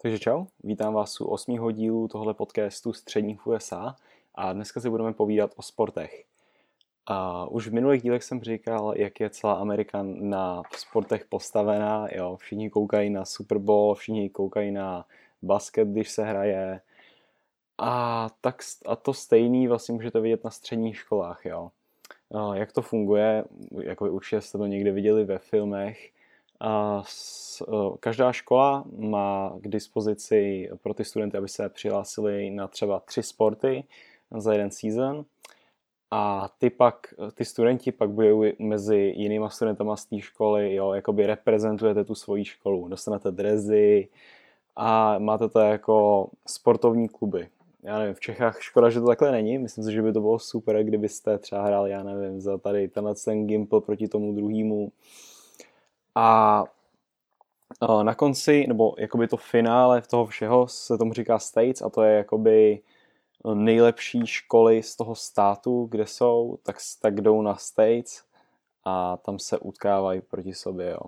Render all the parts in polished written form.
Takže čau, vítám vás u 8. dílu tohle podcastu Středních USA a dneska si budeme povídat o sportech. A už v minulých dílech jsem říkal, jak je celá Amerika na sportech postavená. Jo, všichni koukají na Super Bowl, všichni koukají na basket, když se hraje. A to stejný vlastně můžete vidět na středních školách. Jo. Jak to funguje, jako určitě jste to někde viděli ve filmech. Každá škola má k dispozici pro ty studenty, aby se přihlásili na třeba 3 sporty za jeden season. A ty studenti pak budou mezi jinýma studentama z té školy, jo, jakoby reprezentujete tu svoji školu, dostanete dresy a máte to jako sportovní kluby. Já nevím, v Čechách škoda, že to takhle není, myslím si, že by to bylo super, kdybyste třeba hráli, já nevím, za tady ten Gimpl proti tomu druhému. A na konci, nebo jakoby to finále toho všeho se tomu říká States a to je jakoby nejlepší školy z toho státu, kde jsou, tak jdou na States a tam se utkávají proti sobě, jo.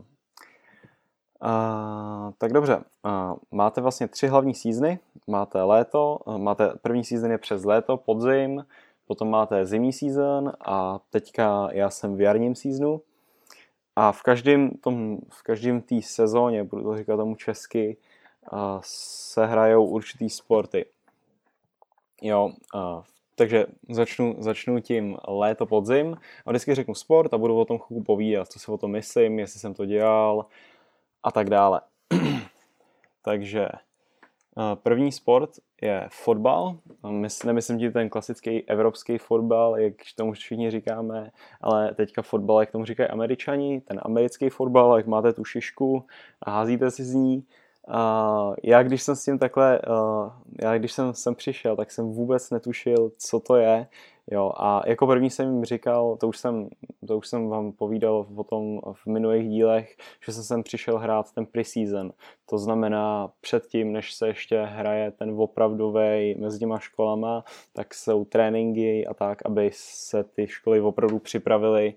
Tak dobře, máte vlastně 3 hlavní seasony, máte léto, první season je přes léto, podzim, potom máte zimní season a teďka já jsem v jarním seasonu. A v každém té sezóně, budu to říkat tomu česky, se hrajou určitý sporty. Jo, takže začnu tím léto, podzim a vždycky řeknu sport a budu o tom chvilku povídat, co si o tom myslím, jestli jsem to dělal a tak dále. Takže první sport je fotbal. Nemyslím tím ten klasický evropský fotbal, jak tomu všichni říkáme, ale teďka fotbal, jak tomu říkají Američani, ten americký fotbal, jak máte tu šišku a házíte si z ní. Já když jsem s tím takhle, když jsem sem přišel, tak jsem vůbec netušil, co to je. Jo, a jako první jsem jim říkal, to už jsem vám povídal o tom v minulých dílech, že jsem sem přišel hrát ten preseason. To znamená předtím, než se ještě hraje ten opravdovej mezi těma školama, tak jsou tréninky a tak, aby se ty školy opravdu připravily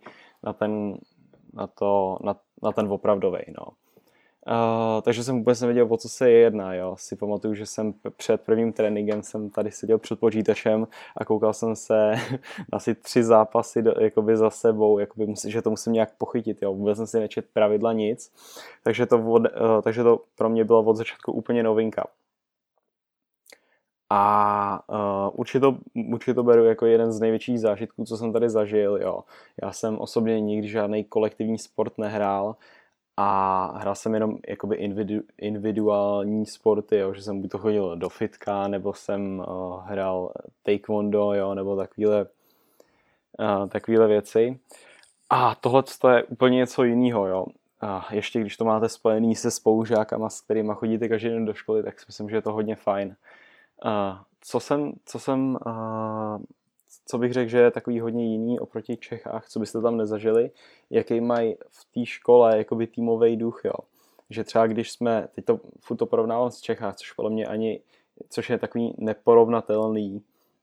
na ten opravdovej. No. Takže jsem vůbec nevěděl, o co se jedná. Jo. Si pamatuju, že jsem před prvním tréninkem jsem tady seděl před počítačem a koukal jsem se asi 3 zápasy jakoby za sebou, že to musím nějak pochytit. Jo. Vůbec jsem si nečet pravidla nic, takže to pro mě bylo od začátku úplně novinka. A určitě to beru jako jeden z největších zážitků, co jsem tady zažil. Jo. Já jsem osobně nikdy žádný kolektivní sport nehrál, a hrál jsem jenom jakoby individuální sporty, jo, že jsem buď to chodil do fitka, nebo jsem hrál taekwondo, jo, nebo takovéhle věci. A tohle je úplně něco jiného, jo. A ještě když to máte spojený se spolužákama, s kterýma chodíte každý den do školy, tak si myslím, že je to hodně fajn. Co bych řekl, že je takový hodně jiný oproti Čechách, co byste tam nezažili, jaký mají v té škole jakoby týmový duch, jo. Že třeba když jsme, teď to furt to porovnávám s Čechách, což je takový neporovnatelný,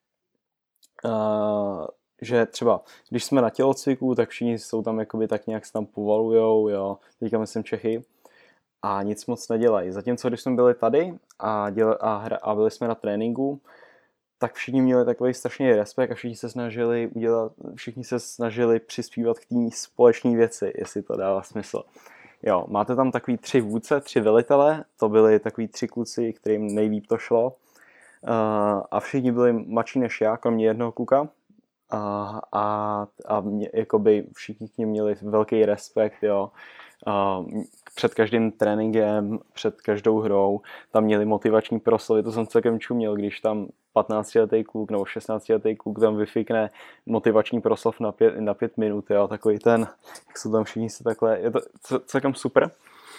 že třeba když jsme na tělocviku, tak všichni jsou tam jakoby tak nějak se tam povalujou, jo, teďka myslím Čechy, a nic moc nedělají. Zatímco když jsme byli tady a byli jsme na tréninku, tak všichni měli takový strašný respekt a všichni se snažili přispívat k té společné věci, jestli to dává smysl. Jo, máte tam takový 3 vůdce, 3 velitele, to byli takový 3 kluci, kterým nejlíp to šlo. A všichni byli mladší než já, kromě jednoho kluka. Jakoby všichni k nim měli velký respekt, jo. Před každým tréninkem, před každou hrou, tam měli motivační proslovy, to jsem celkem čuměl, když tam 15letý kluk nebo 16letý kluk tam vyfikne motivační proslov na 5 minut, jo, takový ten, jak jsou tam všichni se takhle, je to celkem super.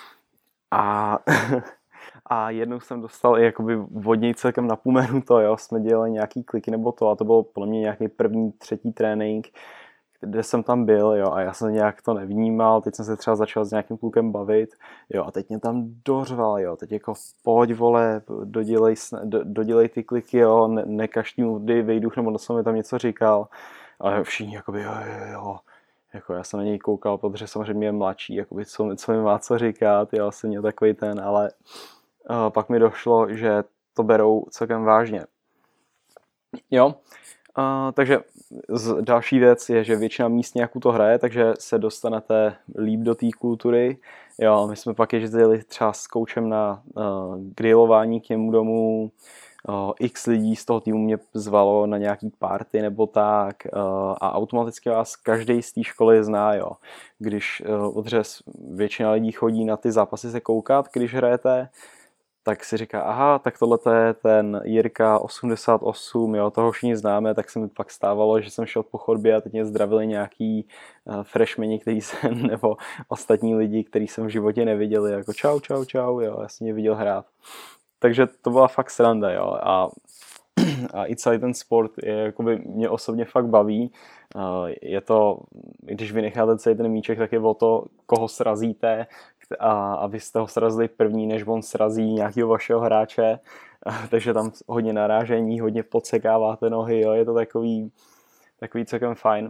A jednou jsem dostal i jakoby od něj celkem napomenuto, jo, jsme dělali nějaký kliky nebo to a to bylo podle mě nějaký první, 3. trénink, kde jsem tam byl, jo, a já jsem nějak to nevnímal, teď jsem se třeba začal s nějakým klukem bavit, jo, a teď mě tam dořval, jo, teď jako pojď, vole, dodělej ty kliky, jo, nekaž tím vejduch, nebo mi tam něco říkal, a všichni jakoby, jo, jako já jsem na něj koukal, protože samozřejmě je mladší, jakoby, co mi má co říkat, jo, jsem měl takový ten, ale pak mi došlo, že to berou celkem vážně. Jo, takže další věc je, že většina místňáků to hraje, takže se dostanete líp do té kultury. Jo, my jsme pak jezdili třeba s koučem na grilování k němu domů. X lidí z toho týmu mě zvalo na nějaký party nebo tak a automaticky vás každý z té školy zná, jo. Když odřez většina lidí chodí na ty zápasy se koukat, když hrajete, tak si říká, aha, tak tohle je ten Jirka 88, jo, toho všichni známe, tak se mi pak stávalo, že jsem šel po chodbě a teď mě zdravili nějaký freshmeni, který jsem, nebo ostatní lidi, který jsem v životě neviděl, jako čau, čau, čau, jo, já jsem je viděl hrát. Takže to byla fakt sranda, jo, a i celý ten sport je, jakoby, mě osobně fakt baví. Je to, když vynecháte celý ten míček, tak je o to, koho srazíte a vy jste ho srazili první, než on srazí nějakého vašeho hráče. Takže tam hodně narážení, hodně podsekáváte nohy, jo, je to takový celkem fajn.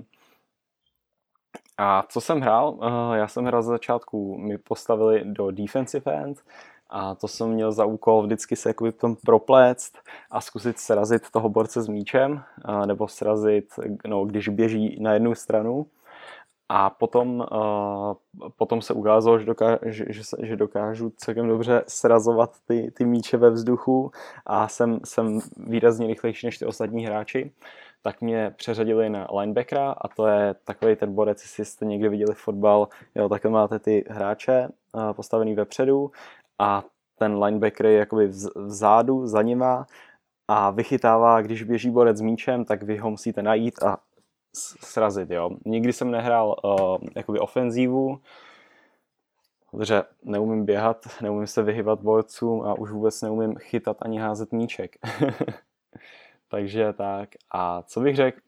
A co jsem hrál? Já jsem hrál za začátku, mi postavili do defensive end, a to jsem měl za úkol vždycky se jakoby tom propléct a zkusit srazit toho borce s míčem, nebo srazit, no, když běží na jednu stranu. A potom se ukázalo, že dokážu celkem dobře srazovat ty míče ve vzduchu a jsem výrazně rychlejší než ty ostatní hráči. Tak mě přeřadili na linebackera a to je takový ten borec, jestli jste někdy viděli fotbal, jo, takhle máte ty hráče postavený vepředu a ten linebacker je jakoby vzadu za nima a vychytává, když běží borec s míčem, tak vy ho musíte najít a srazit, jo. Nikdy jsem nehrál jakoby ofenzívu, protože neumím běhat, neumím se vyhybat borcům a už vůbec neumím chytat ani házet míček. Takže tak. A co bych řekl,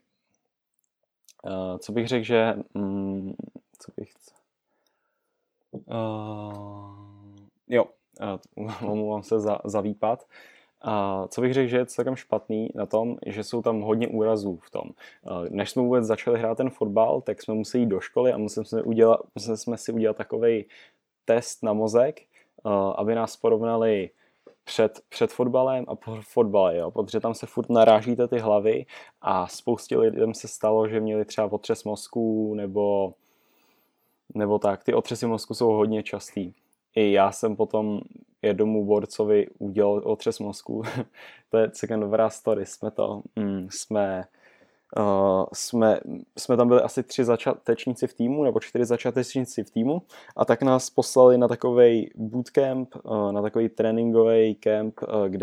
že omlouvám se za výpad. Co bych řekl, že je celkem špatný na tom, že jsou tam hodně úrazů v tom. Než jsme vůbec začali hrát ten fotbal, tak jsme museli jít do školy a museli jsme si udělat takovej test na mozek, aby nás porovnali před fotbalem a po fotbale, jo? Protože tam se furt narážíte ty hlavy a spoustě lidem se stalo, že měli třeba otřes mozku nebo tak. Ty otřesy mozku jsou hodně častý. I já jsem potom jednomu borcovi udělal otřes mozku. To je celkem dobrá story. Jsme tam byli asi 3 začátečníci v týmu, nebo 4 začátečníci v týmu a tak nás poslali na takovej bootcamp, na takový tréninkový kemp, kde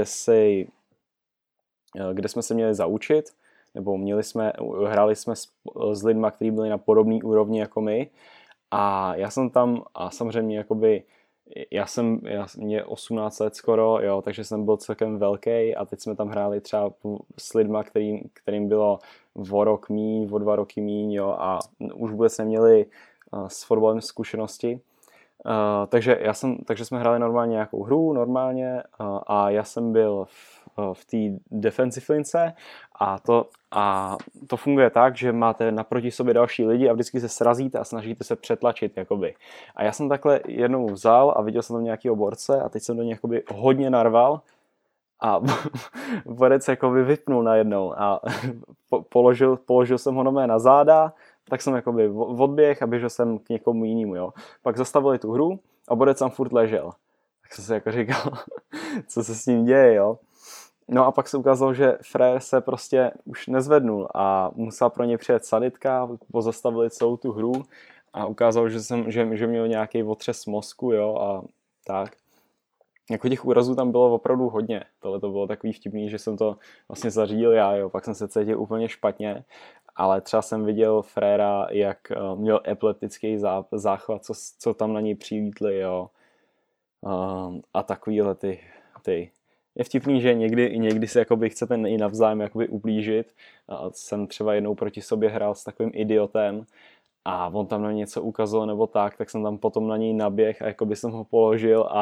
jsme se měli zaučit, nebo hráli jsme s lidma, kteří byli na podobné úrovni jako my a já jsem tam a samozřejmě jakoby mě 18 let skoro, jo, takže jsem byl celkem velký a teď jsme tam hráli třeba s lidma, kterým bylo o rok míň, o 2 roky míň, jo, a už vůbec neměli s fotbalem zkušenosti. Takže jsme hráli normálně nějakou hru, normálně, a já jsem byl v té defensive lince a to funguje tak, že máte naproti sobě další lidi a vždycky se srazíte a snažíte se přetlačit, jakoby. A já jsem takhle jednou vzal a viděl jsem tam nějakýho borce a teď jsem do něj jakoby hodně narval a borec jakoby vypnul najednou a položil jsem ho na záda, tak jsem jakoby odběh a běžel jsem k někomu jinému, jo. Pak zastavili tu hru a borec tam furt ležel. Tak jsem si jako říkal, co se s ním děje, jo. No a pak se ukázalo, že frér se prostě už nezvednul a musela pro ně přijet sanitka, pozastavili celou tu hru a ukázalo, že měl nějaký otřes mozku, jo, a tak. Jako těch úrazů tam bylo opravdu hodně. Tohle to bylo takový vtipný, že jsem to vlastně zařídil já, jo, pak jsem se cítil úplně špatně, ale třeba jsem viděl fréra, jak měl epileptický záchvat, co tam na něj přilítli, jo, a takovýhle ty. Je vtipný, že někdy se jakoby chcete i navzájem jakoby ublížit. Jsem třeba jednou proti sobě hrál s takovým idiotem a on tam na mě něco ukazoval nebo tak jsem tam potom na něj naběh a jakoby jsem ho položil a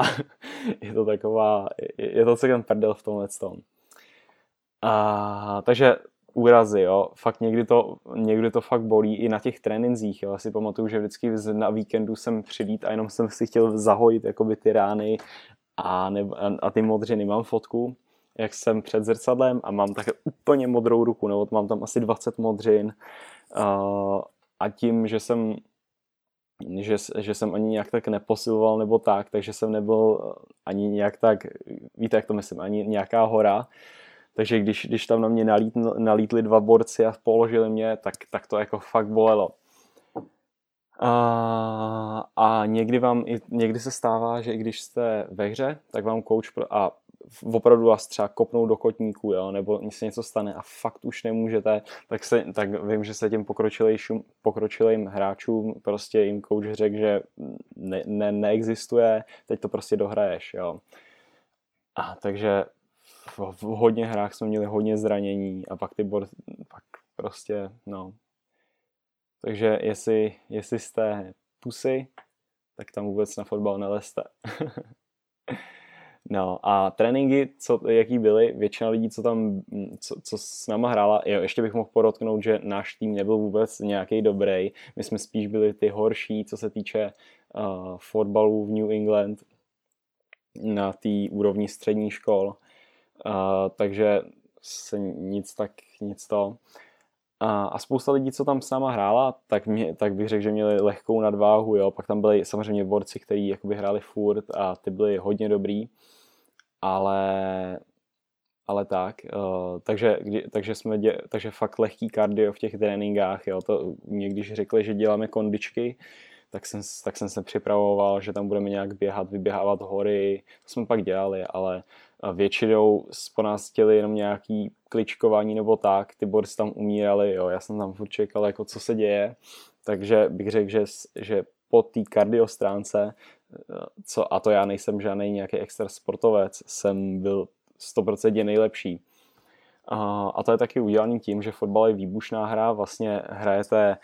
je to celkem prdel v tomhle tom. Takže úrazy, jo, fakt někdy to fakt bolí i na těch trénincích, jo. Já si pamatuju, že vždycky na víkendu jsem přilít a jenom jsem si chtěl zahojit jakoby ty rány a ty modřiny mám fotku, jak jsem před zrcadlem a mám také úplně modrou ruku, nebo mám tam asi 20 modřin a tím, že jsem ani nějak tak neposiloval nebo tak, takže jsem nebyl ani nějak tak, víte jak to myslím, ani nějaká hora, takže když tam na mě nalítli 2 borci a položili mě, tak to jako fakt bolelo. A někdy se stává, že i když jste ve hře, tak vám coach a opravdu vás třeba kopnou do kotníku, jo, nebo se něco stane a fakt už nemůžete, tak vím, že se těm pokročilým hráčům prostě jim coach řekl, že neexistuje, teď to prostě dohraješ, jo. A takže v hodně hrách jsme měli hodně zranění a pak pak prostě, no. Takže jestli jste pusy, tak tam vůbec na fotbal nelezte. No a tréninky, jaký byly, většina lidí, co s náma hrála, jo, ještě bych mohl podotknout, že náš tým nebyl vůbec nějaký dobrý, my jsme spíš byli ty horší, co se týče fotbalu v New England na té úrovni střední škol, takže se nic to. A spousta lidí, co tam s náma hrála, tak bych řekl, že měli lehkou nadváhu, jo. Pak tam byli samozřejmě borci, kteří jakoby hráli furt a ty byli hodně dobrý, ale tak. Takže fakt lehký kardio v těch tréninkách, jo. Mě když řekli, že děláme kondičky, tak jsem se připravoval, že tam budeme nějak vyběhávat hory, to jsme pak dělali, ale většinou po nás chtěli jenom nějaký kličkování nebo tak, ty borci tam umírali, jo, já jsem tam furt čekal, jako co se děje, takže bych řekl, že po té kardio stránce, a to já nejsem žádný nějaký extra sportovec, jsem byl 100% nejlepší. A to je taky udělaný tím, že fotbal je výbušná hra, vlastně hrajete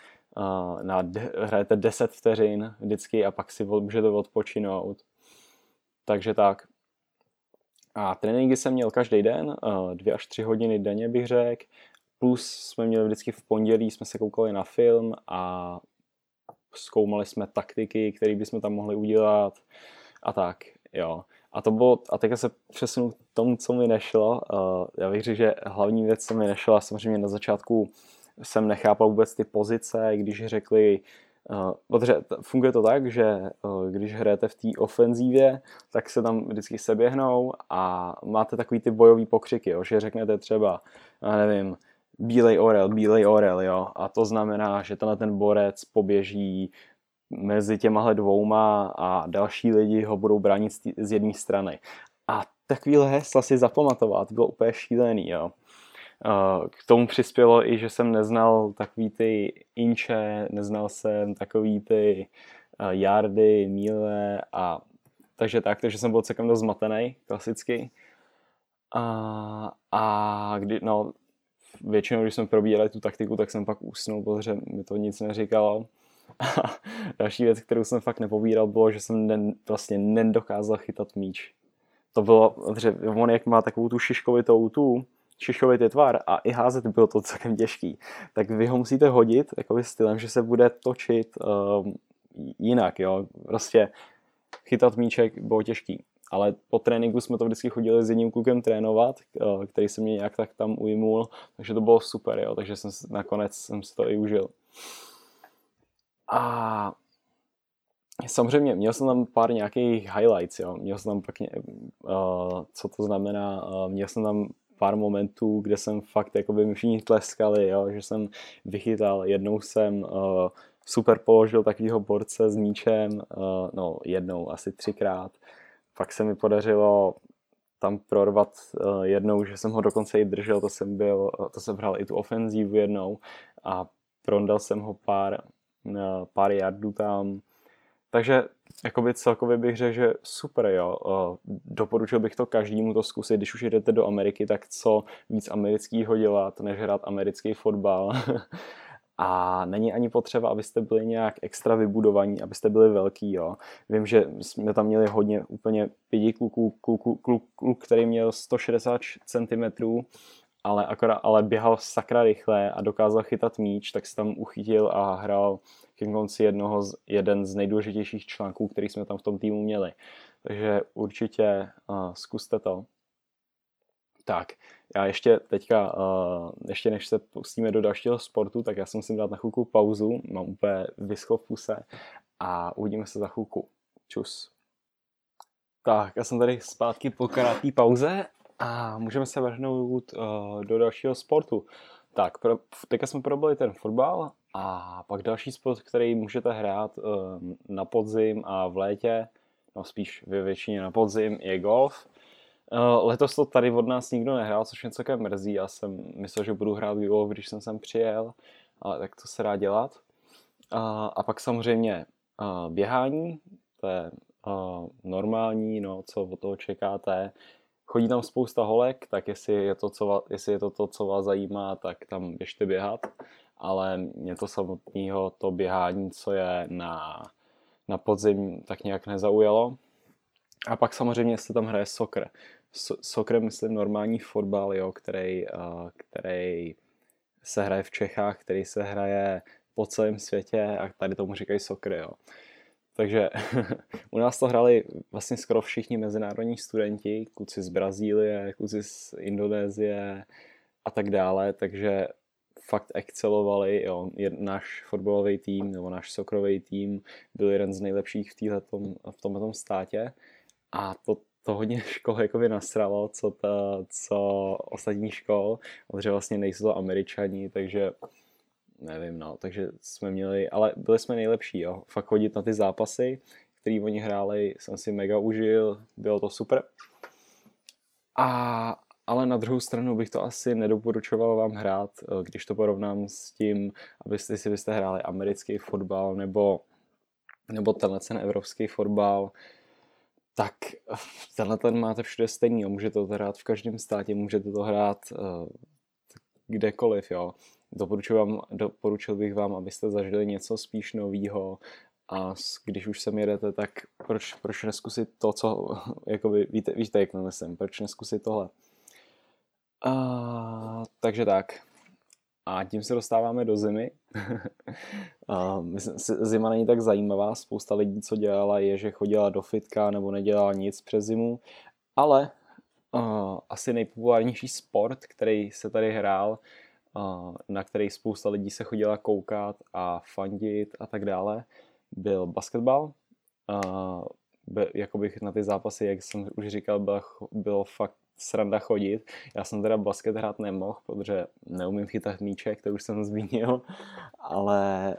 10 vteřin vždycky a pak si můžete odpočinout. Takže tak. A tréninky jsem měl každý den, 2 až 3 hodiny denně bych řekl, plus jsme měli vždycky v pondělí, jsme se koukali na film a zkoumali jsme taktiky, které bychom tam mohli udělat a tak, jo. A teďka se přesunu k tomu, co mi nešlo. Já bych řekl, že hlavní věc, co mi nešla, samozřejmě na začátku jsem nechápal vůbec ty pozice, když řekli, protože funguje to tak, že když hrajete v té ofenzívě, tak se tam vždycky seběhnou a máte takový ty bojový pokřiky, jo, že řeknete třeba, já nevím, bílej orel, jo, a to znamená, že ten borec poběží mezi těmahle dvouma a další lidi ho budou bránit z jedné strany. A takovýhle hesla si zapamatovat bylo úplně šílený, jo. K tomu přispělo i, že jsem neznal takový ty inče, neznal jsem takový ty yardy, míle takže jsem byl celkem dost zmatený, klasicky. Většinou, když jsme probírali tu taktiku, tak jsem pak usnul, protože mi to nic neříkalo. A další věc, kterou jsem fakt nepobíral, bylo, že jsem vlastně nedokázal chytat míč. To bylo, že on jak má takovou tu šiškovitý tvar a i házet bylo to celkem těžký, tak vy ho musíte hodit takovým stylem, že se bude točit jinak, jo. Prostě chytat míček bylo těžký. Ale po tréninku jsme to vždycky chodili s jedním klukem trénovat, který se mě nějak tak tam ujmul, takže to bylo super, jo. Takže nakonec jsem si to i užil. A samozřejmě měl jsem tam pár nějakých highlights, jo. Měl jsem tam pak, co to znamená, měl jsem tam pár momentů, kde jsem fakt, jakoby mi všichni tleskali, jo, že jsem vychytal. Jednou jsem super položil takovýho borce s míčem, jednou, asi 3krát. Pak se mi podařilo tam prorvat jednou, že jsem ho dokonce i držel, to jsem hrál i tu ofenzívu jednou a prondal jsem ho pár yardů tam. Takže jakoby celkově bych řekl, že super, jo. Doporučil bych to každému to zkusit, když už jdete do Ameriky, tak co víc amerického dělat, než hrát americký fotbal. A není ani potřeba, abyste byli nějak extra vybudovaní, abyste byli velký, jo. Vím, že jsme tam měli úplně 5 kluk, který měl 160 cm ale běhal sakra rychle a dokázal chytat míč, tak se tam uchytil a hrál ke konci jeden z nejdůležitějších článků, který jsme tam v tom týmu měli. Takže určitě zkuste to. Tak, já ještě teďka, ještě než se pustíme do dalšího sportu, tak já si musím dát na chvilku pauzu, mám úplně vyschlo v puse a uvidíme se za chvilku. Čus. Tak, já jsem tady zpátky po krátké pauze a můžeme se vrhnout do dalšího sportu. Tak, teďka jsme probrali ten fotbal a pak další sport, který můžete hrát na podzim a v létě, no spíš ve většině na podzim, je golf. Letos to tady od nás nikdo nehrál, což mě celkem mrzí. Já jsem myslel, že budu hrát golf, když jsem sem přijel, ale tak to se dá dělat. A pak samozřejmě běhání, to je normální, no, co od toho čekáte. Chodí tam spousta holek, tak jestli je to to, co vás zajímá, tak tam běžte běhat. Ale mě to samotného, to běhání, co je na podzim, tak nějak nezaujalo. A pak samozřejmě se tam hraje soccer. Soccer, myslím, normální fotbal, jo, který se hraje v Čechách, který se hraje po celém světě a tady tomu říkají soccer, jo. Takže u nás to hrali vlastně skoro všichni mezinárodní studenti, kluci z Brazílie, kluci z Indonésie a tak dále, takže fakt excelovali, jo. Náš fotbalový tým nebo náš soccerový tým byl jeden z nejlepších v tomto státě a to hodně škol jakoby nasralo, co ostatní škol, protože vlastně nejsou to Američani, takže nevím, no, takže jsme měli, ale byli jsme nejlepší, jo, fakt chodit na ty zápasy, který oni hráli, jsem si mega užil, bylo to super. Ale na druhou stranu bych to asi nedoporučoval vám hrát, když to porovnám s tím, abyste hráli americký fotbal nebo ten evropský fotbal, tak tenhle máte všude stejný, jo. Můžete to hrát v každém státě, můžete to hrát kdekoliv, jo. Doporučil bych vám, abyste zažili něco spíš novýho a když už sem jedete, tak proč neskusit to, co, jakoby, víte, jak nemyslím, proč neskusit tohle. Takže tak. A tím se dostáváme do zimy. Zima není tak zajímavá, spousta lidí, co dělala, je, že chodila do fitka nebo nedělala nic přes zimu, ale asi nejpopulárnější sport, který se tady hrál, na který spousta lidí se chodila koukat a fandit a tak dále, byl basketbal. Jakoby na ty zápasy, jak jsem už říkal, bylo fakt sranda chodit. Já jsem teda basket hrát nemohl, protože neumím chytat míček, to už jsem zmínil, ale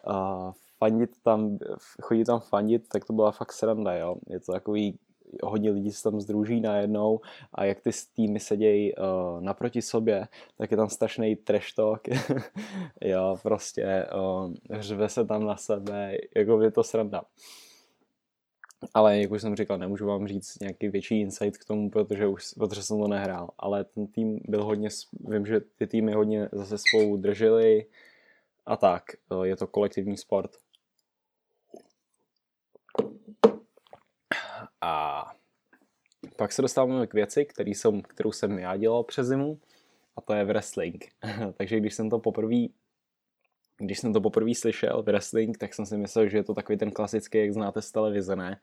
chodit tam fandit, tak to byla fakt sranda, jo. Je to takový, hodně lidí se tam sdruží najednou a jak ty týmy sedějí naproti sobě, tak je tam strašný trash talk. Jo, prostě řve se tam na sebe, jako je to sranda. Ale jak už jsem říkal, nemůžu vám říct nějaký větší insight k tomu, protože jsem to nehrál. Ale ten tým byl vím, že ty týmy hodně zase spolu drželi a tak. Je to kolektivní sport. A pak se dostáváme k věci, kterou jsem já dělal přes zimu, a to je wrestling. Takže když jsem to poprvé slyšel, wrestling, tak jsem si myslel, že je to takový ten klasický, jak znáte z televize, ne?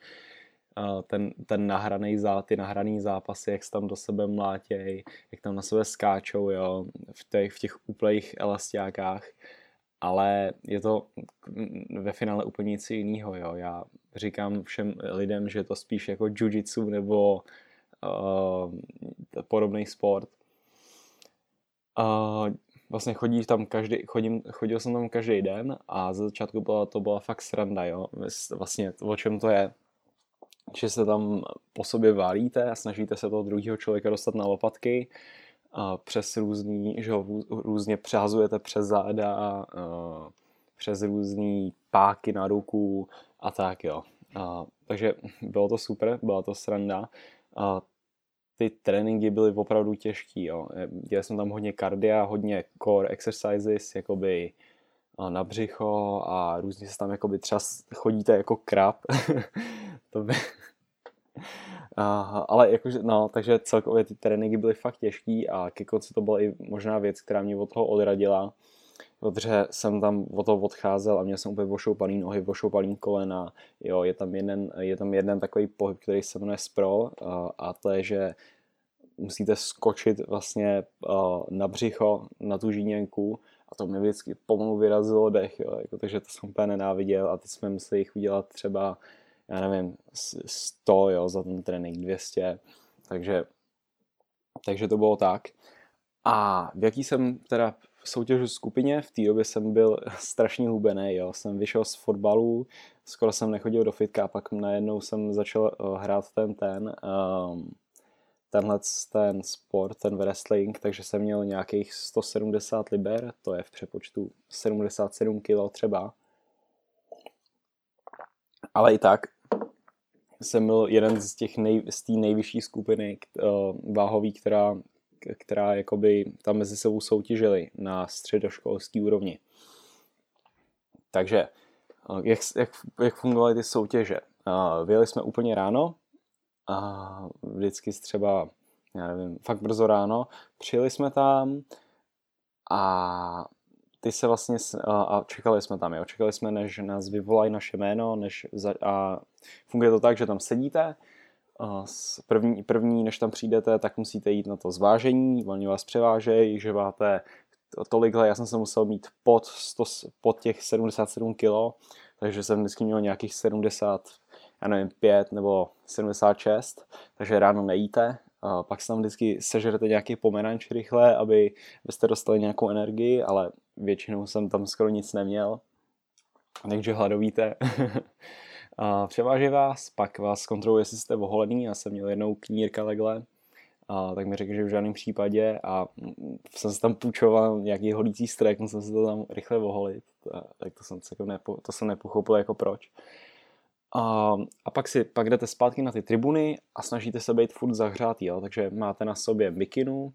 Ty nahraný zápasy, jak se tam do sebe mlátěj, jak tam na sebe skáčou, jo, v těch úplných elastiákách. Ale je to ve finále úplně nic jiného, jo. Já říkám všem lidem, že je to spíš jako jiu-jitsu nebo podobný sport. Vlastně chodil jsem tam každý den a za začátku to byla fakt sranda, jo. Vlastně o čem to je, že se tam po sobě válíte a snažíte se toho druhého člověka dostat na lopatky přes různě přehazujete přes záda, přes různý páky na ruku a tak, jo. Takže bylo to super, byla to sranda. Ty tréninky byly opravdu těžký, jo. Dělal jsem tam hodně kardia, hodně core exercises, jakoby na břicho a různě se tam jakoby třeba chodíte jako krab. Ale jakože, no, takže celkově ty tréninky byly fakt těžký a ke konci to byla i možná věc, která mě od toho odradila, protože jsem tam od toho odcházel a měl jsem úplně ošoupaný nohy, ošoupaný kolena, jo, je tam jeden takový pohyb, který se jmenuje sprawl a to je, že musíte skočit vlastně na břicho, na tu žíněnku a to mi vždycky pomalu vyrazilo dech, jo, jako, takže to jsem úplně nenáviděl a teď jsme museli jich udělat třeba, já nevím, 100, jo, za ten trénink, 200, takže to bylo tak. A v jaký jsem teda soutěžu v skupině, v té době jsem byl strašně hubený, jo, jsem vyšel z fotbalu, skoro jsem nechodil do fitka a pak najednou jsem začal hrát ten sport, ten wrestling, takže jsem měl nějakých 170 liber, to je v přepočtu 77 kg třeba. Ale i tak jsem byl jeden z té nejvyšší skupiny váhový, která jakoby tam mezi sebou soutěžili na středoškolský úrovni. Takže jak fungovaly ty soutěže? Vyjeli jsme úplně ráno, vždycky třeba, já nevím, fakt brzo ráno, přijeli jsme tam a ty se vlastně, a čekali jsme tam, jo, čekali jsme, než nás vyvolají naše jméno, a funguje to tak, že tam sedíte, první, než tam přijdete, tak musíte jít na to zvážení, oni vás převážejí, že máte tolikhle, já jsem se musel mít pod těch 77 kg, takže jsem vždycky měl nějakých 70, já nevím, 5 nebo 76, takže ráno nejíte, pak se tam vždycky sežerete nějaký pomeranč rychle, abyste dostali nějakou energii, ale většinou jsem tam skoro nic neměl, takže hladovíte. Převáží vás, pak vás kontroluje, jestli jste oholený, já jsem měl jednou knírka takhle, tak mi řekl, že v žádném případě a jsem se tam půjčoval nějaký holící strek, musel se to tam rychle oholit, tak to jsem nepochopil jako proč. A pak jdete zpátky na ty tribuny a snažíte se být furt zahřátý, jo? Takže máte na sobě mikinu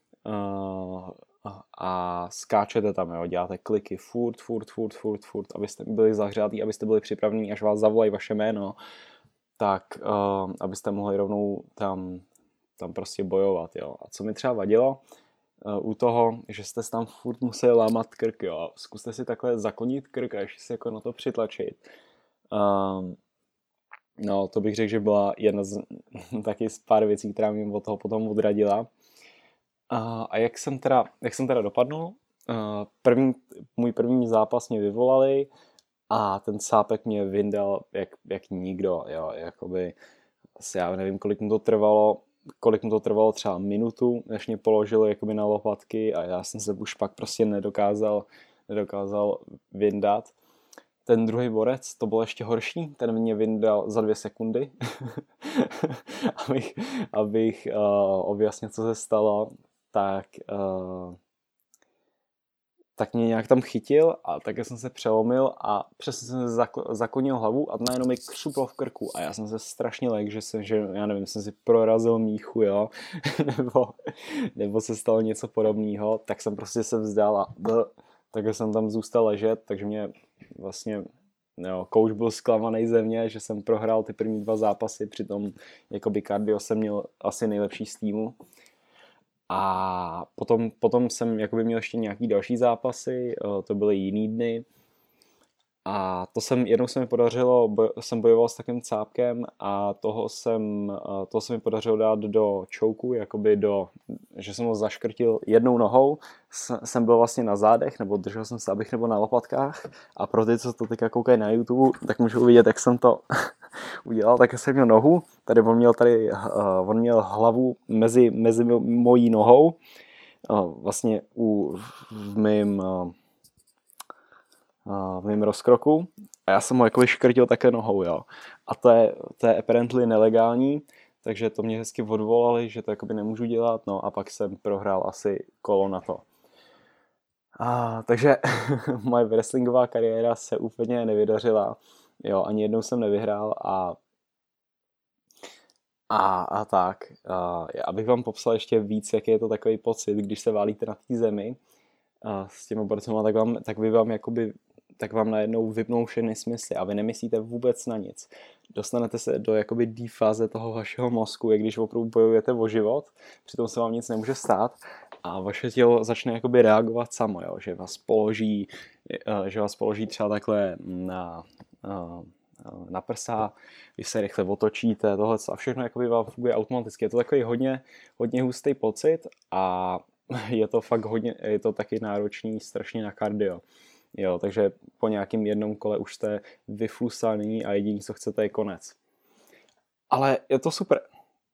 a skáčete tam, jo? Děláte kliky furt, abyste byli zahřátý, abyste byli připravení, až vás zavolají vaše jméno, tak abyste mohli rovnou tam prostě bojovat, jo? A co mi třeba vadilo u toho, že jste tam furt museli lámat krk, jo? Zkuste si takhle zaklonit krk a ještě si jako na to přitlačit. No, to bych řekl, že byla jedna z taky z pár věcí, která mě od toho potom odradila. A jak jsem teda dopadnul? Můj první zápas mě vyvolali a ten sápek mě vyndal jak nikdo, jo, jakoby, já nevím, kolik mu to trvalo třeba minutu, než mě položili jakoby na lopatky a já jsem se už pak prostě nedokázal vyndat. Ten druhý borec, to bylo ještě horší, ten mě vyndal za 2 sekundy, abych objasnil, co se stalo, tak mě nějak tam chytil a také jsem se přelomil a přesně jsem se zaklonil hlavu a najednou mi křuplo v krku a já jsem se strašně lek, já nevím, jsem si prorazil míchu, jo, nebo se stalo něco podobného, tak jsem prostě se vzdal a takže jsem tam zůstal ležet, takže mě vlastně, jo, coach byl zklamaný ze mě, že jsem prohrál ty první 2 zápasy, přitom jakoby kardio jsem měl asi nejlepší z týmu. A potom jsem jakoby měl ještě nějaký další zápasy, to byly jiný dny. A jednou se mi podařilo, jsem bojoval s takým cápkem a toho se mi podařilo dát do choku, jakoby že jsem ho zaškrtil jednou nohou, jsem byl vlastně na zádech, nebo držel jsem se, abych nebo na lopatkách a pro ty, co to teďka koukají na YouTube, tak můžu uvidět, jak jsem to udělal, tak jsem měl nohu, on měl hlavu mezi mojí nohou, vlastně v mém rozkroku a já jsem ho jako škrtil také nohou, jo. A to je apparently nelegální, takže to mě hezky odvolali, že to jakoby nemůžu dělat, no a pak jsem prohrál asi kolo na to. Takže moje wrestlingová kariéra se úplně nevydařila, jo, ani jednou jsem nevyhrál a tak. Abych vám popsal ještě víc, jaký je to takový pocit, když se válíte na té zemi s těma borcema, tak by vám jakoby tak vám najednou vypnou všechny smysly a vy nemyslíte vůbec na nic. Dostanete se do jakoby deep fáze toho vašeho mozku, jak když opravdu bojujete o život, přitom se vám nic nemůže stát a vaše tělo začne jakoby reagovat samo, jo? Že vás položí třeba takhle na prsa, vy se rychle otočíte, tohle a všechno jakoby vám funguje automaticky. Je to takový hodně hustý pocit a je to fakt je to taky náročný strašně na kardio. Jo, takže po nějakým jednom kole už jste vyflusaný a jediný, co chcete, je konec. Ale je to super.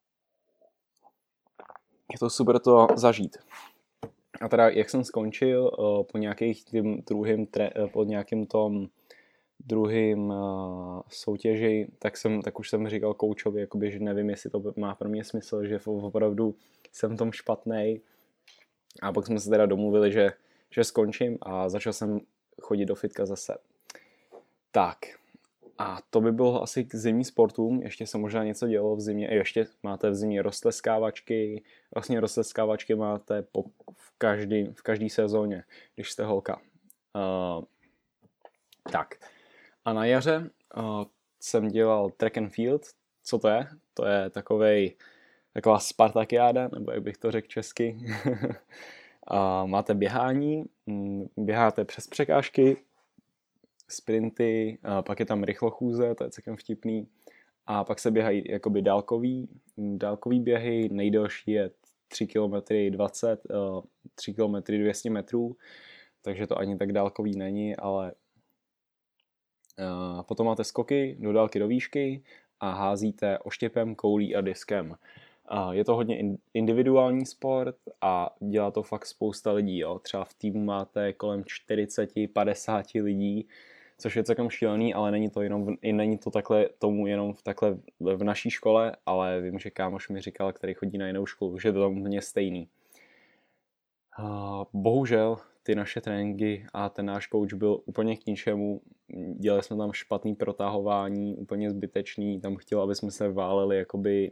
Je to super to zažít. A teda, jak jsem skončil po nějakým tom druhým soutěži, tak už jsem říkal koučovi, jakoby, že nevím, jestli to má pro mě smysl, že opravdu jsem v tom špatnej. A pak jsme se teda domluvili, že skončím a začal jsem chodit do fitka zase. Tak, a to by bylo asi k zimním sportům. Ještě se možná něco dělo v zimě. Ještě máte v zimě roztleskávačky. Vlastně roztleskávačky máte v každé sezóně, když jste holka. Tak. A na jaře jsem dělal track and field. Co to je? To je taková spartakiáda, nebo jak bych to řekl česky. A máte běhání, běháte přes překážky, sprinty, pak je tam rychlochůze, to je celkem vtipný. A pak se běhají jakoby dálkový běhy, nejdelší je 3 km 20, 3 km 200 metrů, takže to ani tak dálkový není, ale potom máte skoky do dálky do výšky a házíte oštěpem, koulí a diskem. Je to hodně individuální sport a dělá to fakt spousta lidí. Jo. Třeba v týmu máte kolem 40-50 lidí, což je celkem šílený, ale není to takhle tomu jenom takhle v naší škole, ale vím, že kámoš mi říkal, který chodí na jinou školu, že je to tam úplně stejný. Bohužel ty naše tréninky a ten náš coach byl úplně k ničemu. Dělali jsme tam špatný protahování, úplně zbytečný. Tam chtěl, aby jsme se váleli jakoby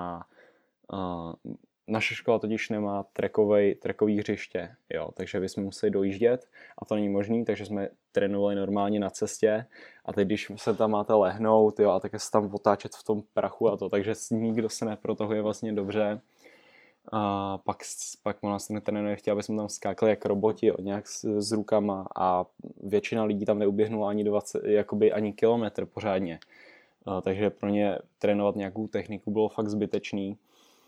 naše škola totiž nemá trackový hřiště, jo, takže bychom museli dojíždět a to není možný, takže jsme trénovali normálně na cestě a teď, když se tam máte lehnout, jo, a také se tam otáčet v tom prachu a to, takže nikdo se neprotahuje vlastně dobře. A pak nás ten trenér chtěl, aby jsme tam skákali jak roboti, nějak s rukama a většina lidí tam neuběhnula ani kilometr pořádně. Takže pro ně trénovat nějakou techniku bylo fakt zbytečný.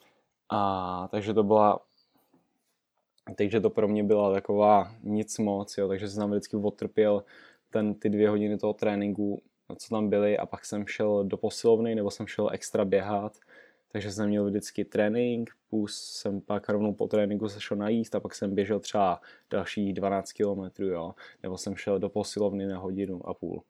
Takže to pro mě byla taková nic moc, jo, takže jsem tam vždycky otrpěl ty 2 hodiny toho tréninku, co tam byly a pak jsem šel do posilovny nebo jsem šel extra běhat, takže jsem měl vždycky trénink, plus jsem pak rovnou po tréninku se šel najíst a pak jsem běžel třeba další 12 km, jo, nebo jsem šel do posilovny na 1,5 hodiny.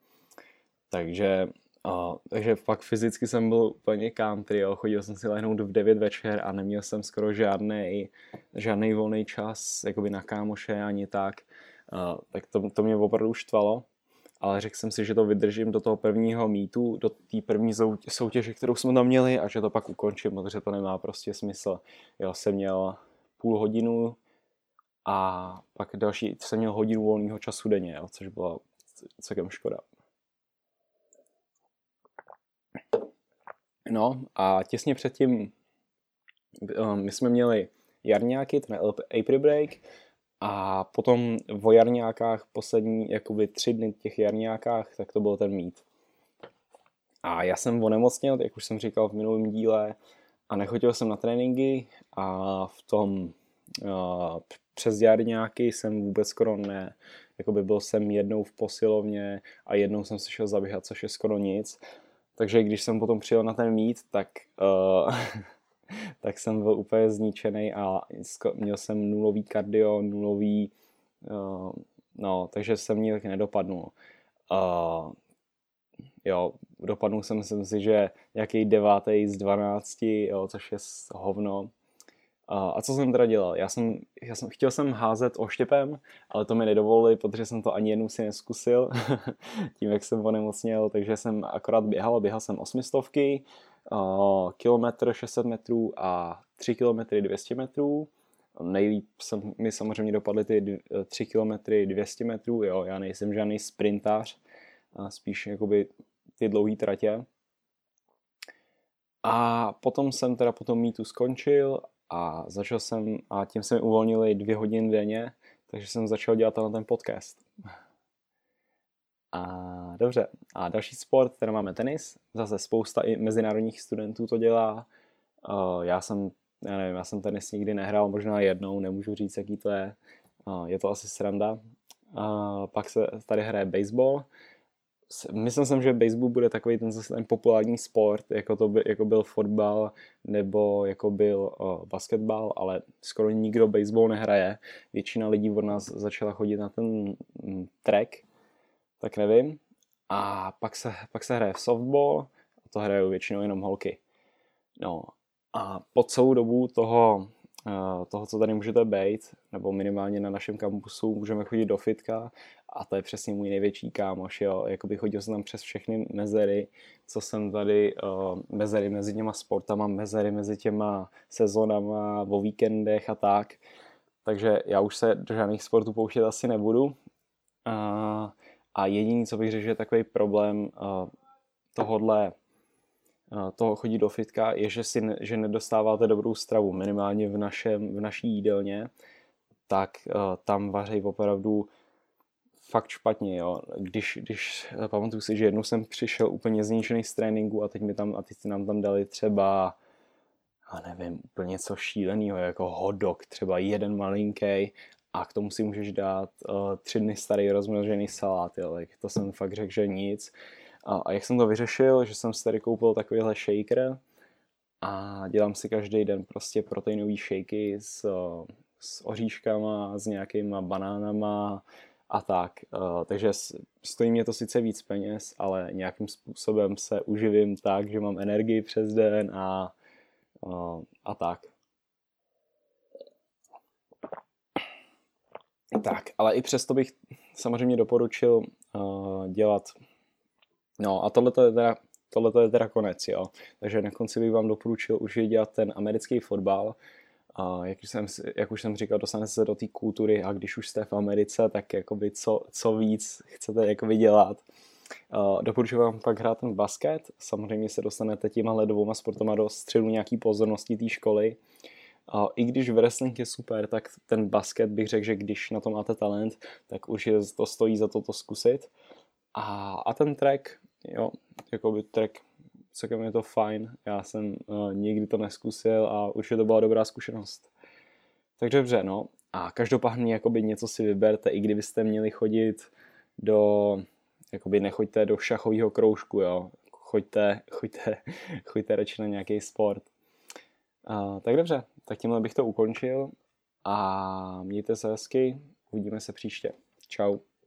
Takže fakt fyzicky jsem byl úplně country, jo. Chodil jsem si lehnout v 9 večer a neměl jsem skoro žádný volný čas, jakoby na kámoše ani tak. Tak to mě opravdu štvalo, ale řekl jsem si, že to vydržím do toho prvního meetu, do té první soutěže, kterou jsme tam měli a že to pak ukončím, protože to nemá prostě smysl. Jo, jsem měl půl hodinu a pak další jsem měl hodinu volného času denně, jo, což byla celkem škoda. No a těsně předtím my jsme měli jarňáky, ten April break a potom o jarňákách poslední jakoby 3 dny těch jarňákách, tak to byl ten meet. A já jsem onemocněl, jak už jsem říkal v minulém díle, a nechodil jsem na tréninky a v tom přes jarňáky jsem vůbec skoro jakoby byl jsem jednou v posilovně a jednou jsem se šel zaběhat, což je skoro nic. Takže když jsem potom přijel na ten meet, tak jsem byl úplně zničený a měl jsem nulový kardio, takže jsem nějak nedopadnul. Dopadnul jsem si, že nějaký 9. z 12, jo, což je hovno. A co jsem teda dělal? Chtěl jsem házet oštěpem, ale to mi nedovolili, protože jsem to ani jednou si neskusil, tím jak jsem onemocněl, takže jsem akorát běhal jsem 800, kilometr 600 metrů a 3 km 200 metrů Nejlíp mi samozřejmě dopadly ty 3 kilometry 200 metrů, jo, já nejsem žádný sprintář, spíš jakoby ty dlouhé tratě. A potom jsem teda po tom mítu skončil a tím se mi uvolnili 2 hodiny denně, takže jsem začal dělat ten podcast. A dobře, a další sport, teda máme tenis, zase spousta i mezinárodních studentů to dělá. Já jsem tenis nikdy nehrál, možná jednou, nemůžu říct, jaký to je. Je to asi sranda. Pak se tady hraje baseball. Myslel jsem, že baseball bude takový ten populární sport, jako byl fotbal nebo jako byl basketbal, ale skoro nikdo baseball nehraje. Většina lidí od nás začala chodit na ten track, tak nevím. A pak se hraje v softball, a to hrajou většinou jenom holky. No a po celou dobu toho, co tady můžete být, nebo minimálně na našem kampusu můžeme chodit do fitka a to je přesně můj největší kámoš, jo. Jakoby chodil jsem tam přes všechny mezery, co jsem tady, mezery mezi těma sportama, mezery mezi těma sezonama, o víkendech a tak. Takže já už se do žádných sportů pouštět asi nebudu. A jediný, co bych řekl, že je takový problém toho chodit do fitka, je, že nedostáváte dobrou stravu. Minimálně v naší jídelně, tak tam vaří opravdu fakt špatně. Jo. Když pamatuju si, že jednou jsem přišel úplně zničený z tréninku a teď nám tam dali třeba, nevím, úplně něco šíleného, jako hot dog, třeba jeden malinký a k tomu si můžeš dát 3 dny starý rozmražený salát. Jo. Tak to jsem fakt řekl, že nic. A jak jsem to vyřešil, že jsem si tady koupil takovýhle shaker a dělám si každý den prostě proteinový shaky s oříškama, s nějakýma banánama a tak. Takže stojí mě to sice víc peněz, ale nějakým způsobem se uživím tak, že mám energii přes den a tak. Tak, ale i přesto bych samozřejmě doporučil dělat. No a tohle je teda konec, jo. Takže na konci bych vám doporučil už dělat ten americký fotbal. Jak už jsem říkal, dostanete se do té kultury a když už jste v Americe, tak jakoby co víc chcete jakoby dělat. Doporučuji vám pak hrát ten basket. Samozřejmě se dostanete těmahle 2 sportama do středu nějaký pozornosti té školy. I když wrestling je super, tak ten basket bych řekl, že když na to máte talent, tak už to stojí za to zkusit. A ten track, jo, jakoby track, celkem je to fajn, já jsem nikdy to neskusil a už je to byla dobrá zkušenost. Tak dobře, no. A každopádně jakoby něco si vyberte, i kdybyste měli chodit nechoďte do šachového kroužku, jo. Choďte radši na nějaký sport. Tak dobře, tak tímhle bych to ukončil a mějte se hezky, uvidíme se příště. Čau.